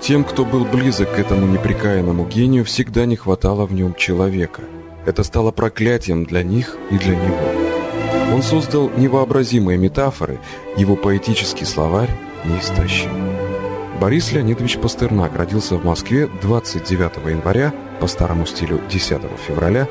Тем, кто был близок к этому непрекаянному гению, всегда не хватало в нем человека. Это стало проклятием для них и для него. Он создал невообразимые метафоры, его поэтический словарь неистощим. Борис Леонидович Пастернак родился в Москве 29 января, по старому стилю 10 февраля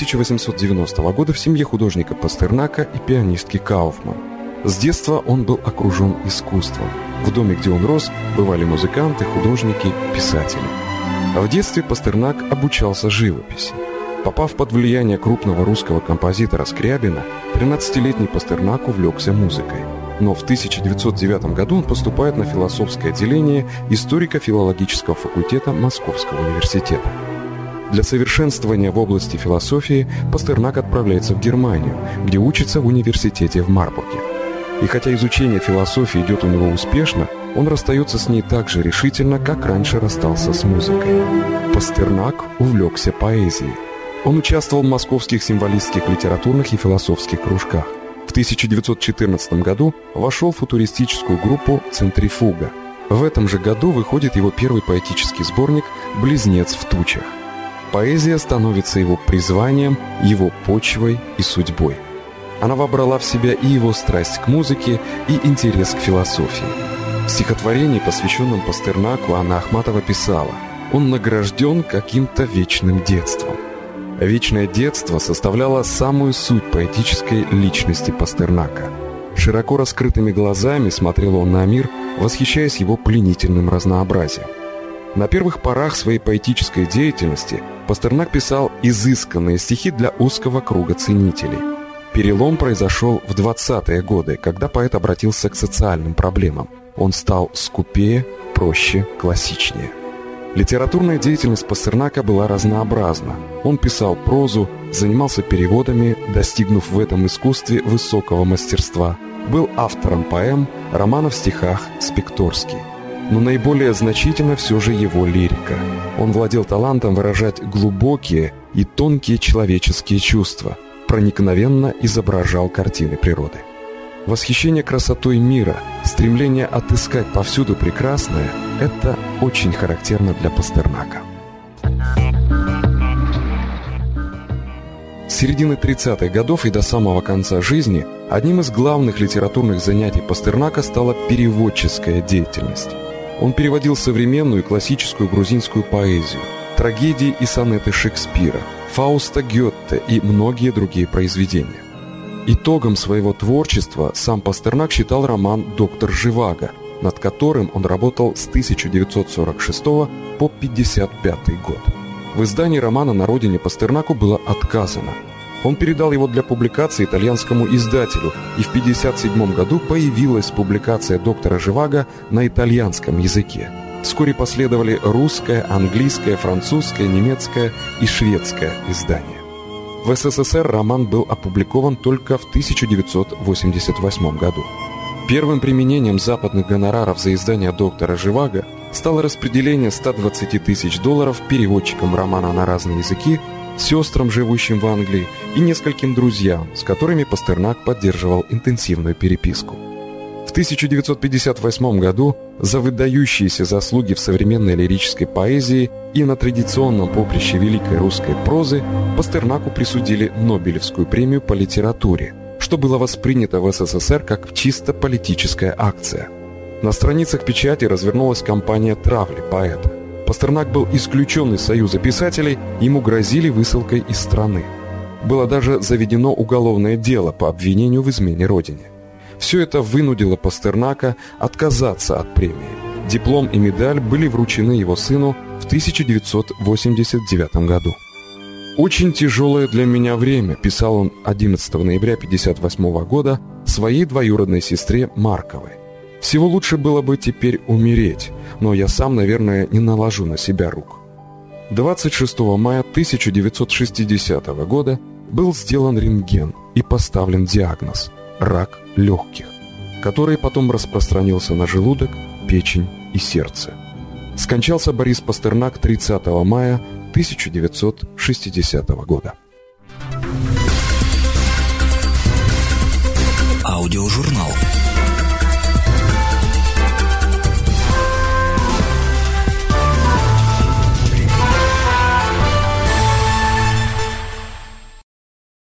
1890 года в семье художника Пастернака и пианистки Кауфман. С детства он был окружен искусством. В доме, где он рос, бывали музыканты, художники, писатели. А в детстве Пастернак обучался живописи. Попав под влияние крупного русского композитора Скрябина, 13-летний Пастернак увлекся музыкой. Но в 1909 году он поступает на философское отделение историко-филологического факультета Московского университета. Для совершенствования в области философии Пастернак отправляется в Германию, где учится в университете в Марбурге. И хотя изучение философии идет у него успешно, он расстается с ней так же решительно, как раньше расстался с музыкой. Пастернак увлекся поэзией. Он участвовал в московских символистских литературных и философских кружках. В 1914 году вошел в футуристическую группу «Центрифуга». В этом же году выходит его первый поэтический сборник «Близнец в тучах». Поэзия становится его призванием, его почвой и судьбой. Она вобрала в себя и его страсть к музыке, и интерес к философии. В стихотворении, посвященном Пастернаку, Анна Ахматова писала: «Он награжден каким-то вечным детством». Вечное детство составляло самую суть поэтической личности Пастернака. Широко раскрытыми глазами смотрел он на мир, восхищаясь его пленительным разнообразием. На первых порах своей поэтической деятельности Пастернак писал изысканные стихи для узкого круга ценителей. Перелом произошел в 20-е годы, когда поэт обратился к социальным проблемам. Он стал скупее, проще, классичнее. Литературная деятельность Пастернака была разнообразна. Он писал прозу, занимался переводами, достигнув в этом искусстве высокого мастерства. Был автором поэм, романов в стихах «Спекторский». Но наиболее значительна все же его лирика. Он владел талантом выражать глубокие и тонкие человеческие чувства, проникновенно изображал картины природы. Восхищение красотой мира, стремление отыскать повсюду прекрасное – это очень характерно для Пастернака. С середины 30-х годов и до самого конца жизни одним из главных литературных занятий Пастернака стала переводческая деятельность. Он переводил современную и классическую грузинскую поэзию, трагедии и сонеты Шекспира, Фауста Гёте и многие другие произведения. Итогом своего творчества сам Пастернак считал роман «Доктор Живаго», над которым он работал с 1946 по 1955 год. В издании романа на родине Пастернаку было отказано. Он передал его для публикации итальянскому издателю, и в 1957 году появилась публикация «Доктора Живаго» на итальянском языке. Вскоре последовали русское, английское, французское, немецкое и шведское издания. В СССР роман был опубликован только в 1988 году. Первым применением западных гонораров за издание «Доктора Живаго» стало распределение $120 тысяч переводчикам романа на разные языки, сестрам, живущим в Англии, и нескольким друзьям, с которыми Пастернак поддерживал интенсивную переписку. В 1958 году за выдающиеся заслуги в современной лирической поэзии и на традиционном поприще великой русской прозы Пастернаку присудили Нобелевскую премию по литературе, что было воспринято в СССР как чисто политическая акция. На страницах печати развернулась кампания травли поэта. Пастернак был исключен из Союза писателей, ему грозили высылкой из страны. Было даже заведено уголовное дело по обвинению в измене родине. Все это вынудило Пастернака отказаться от премии. Диплом и медаль были вручены его сыну в 1989 году. «Очень тяжелое для меня время», – писал он 11 ноября 1958 года своей двоюродной сестре Марковой. «Всего лучше было бы теперь умереть, но я сам, наверное, не наложу на себя рук». 26 мая 1960 года был сделан рентген и поставлен диагноз – рак легких, который потом распространился на желудок, печень и сердце. Скончался Борис Пастернак 30 мая 1960 года. Аудиожурнал.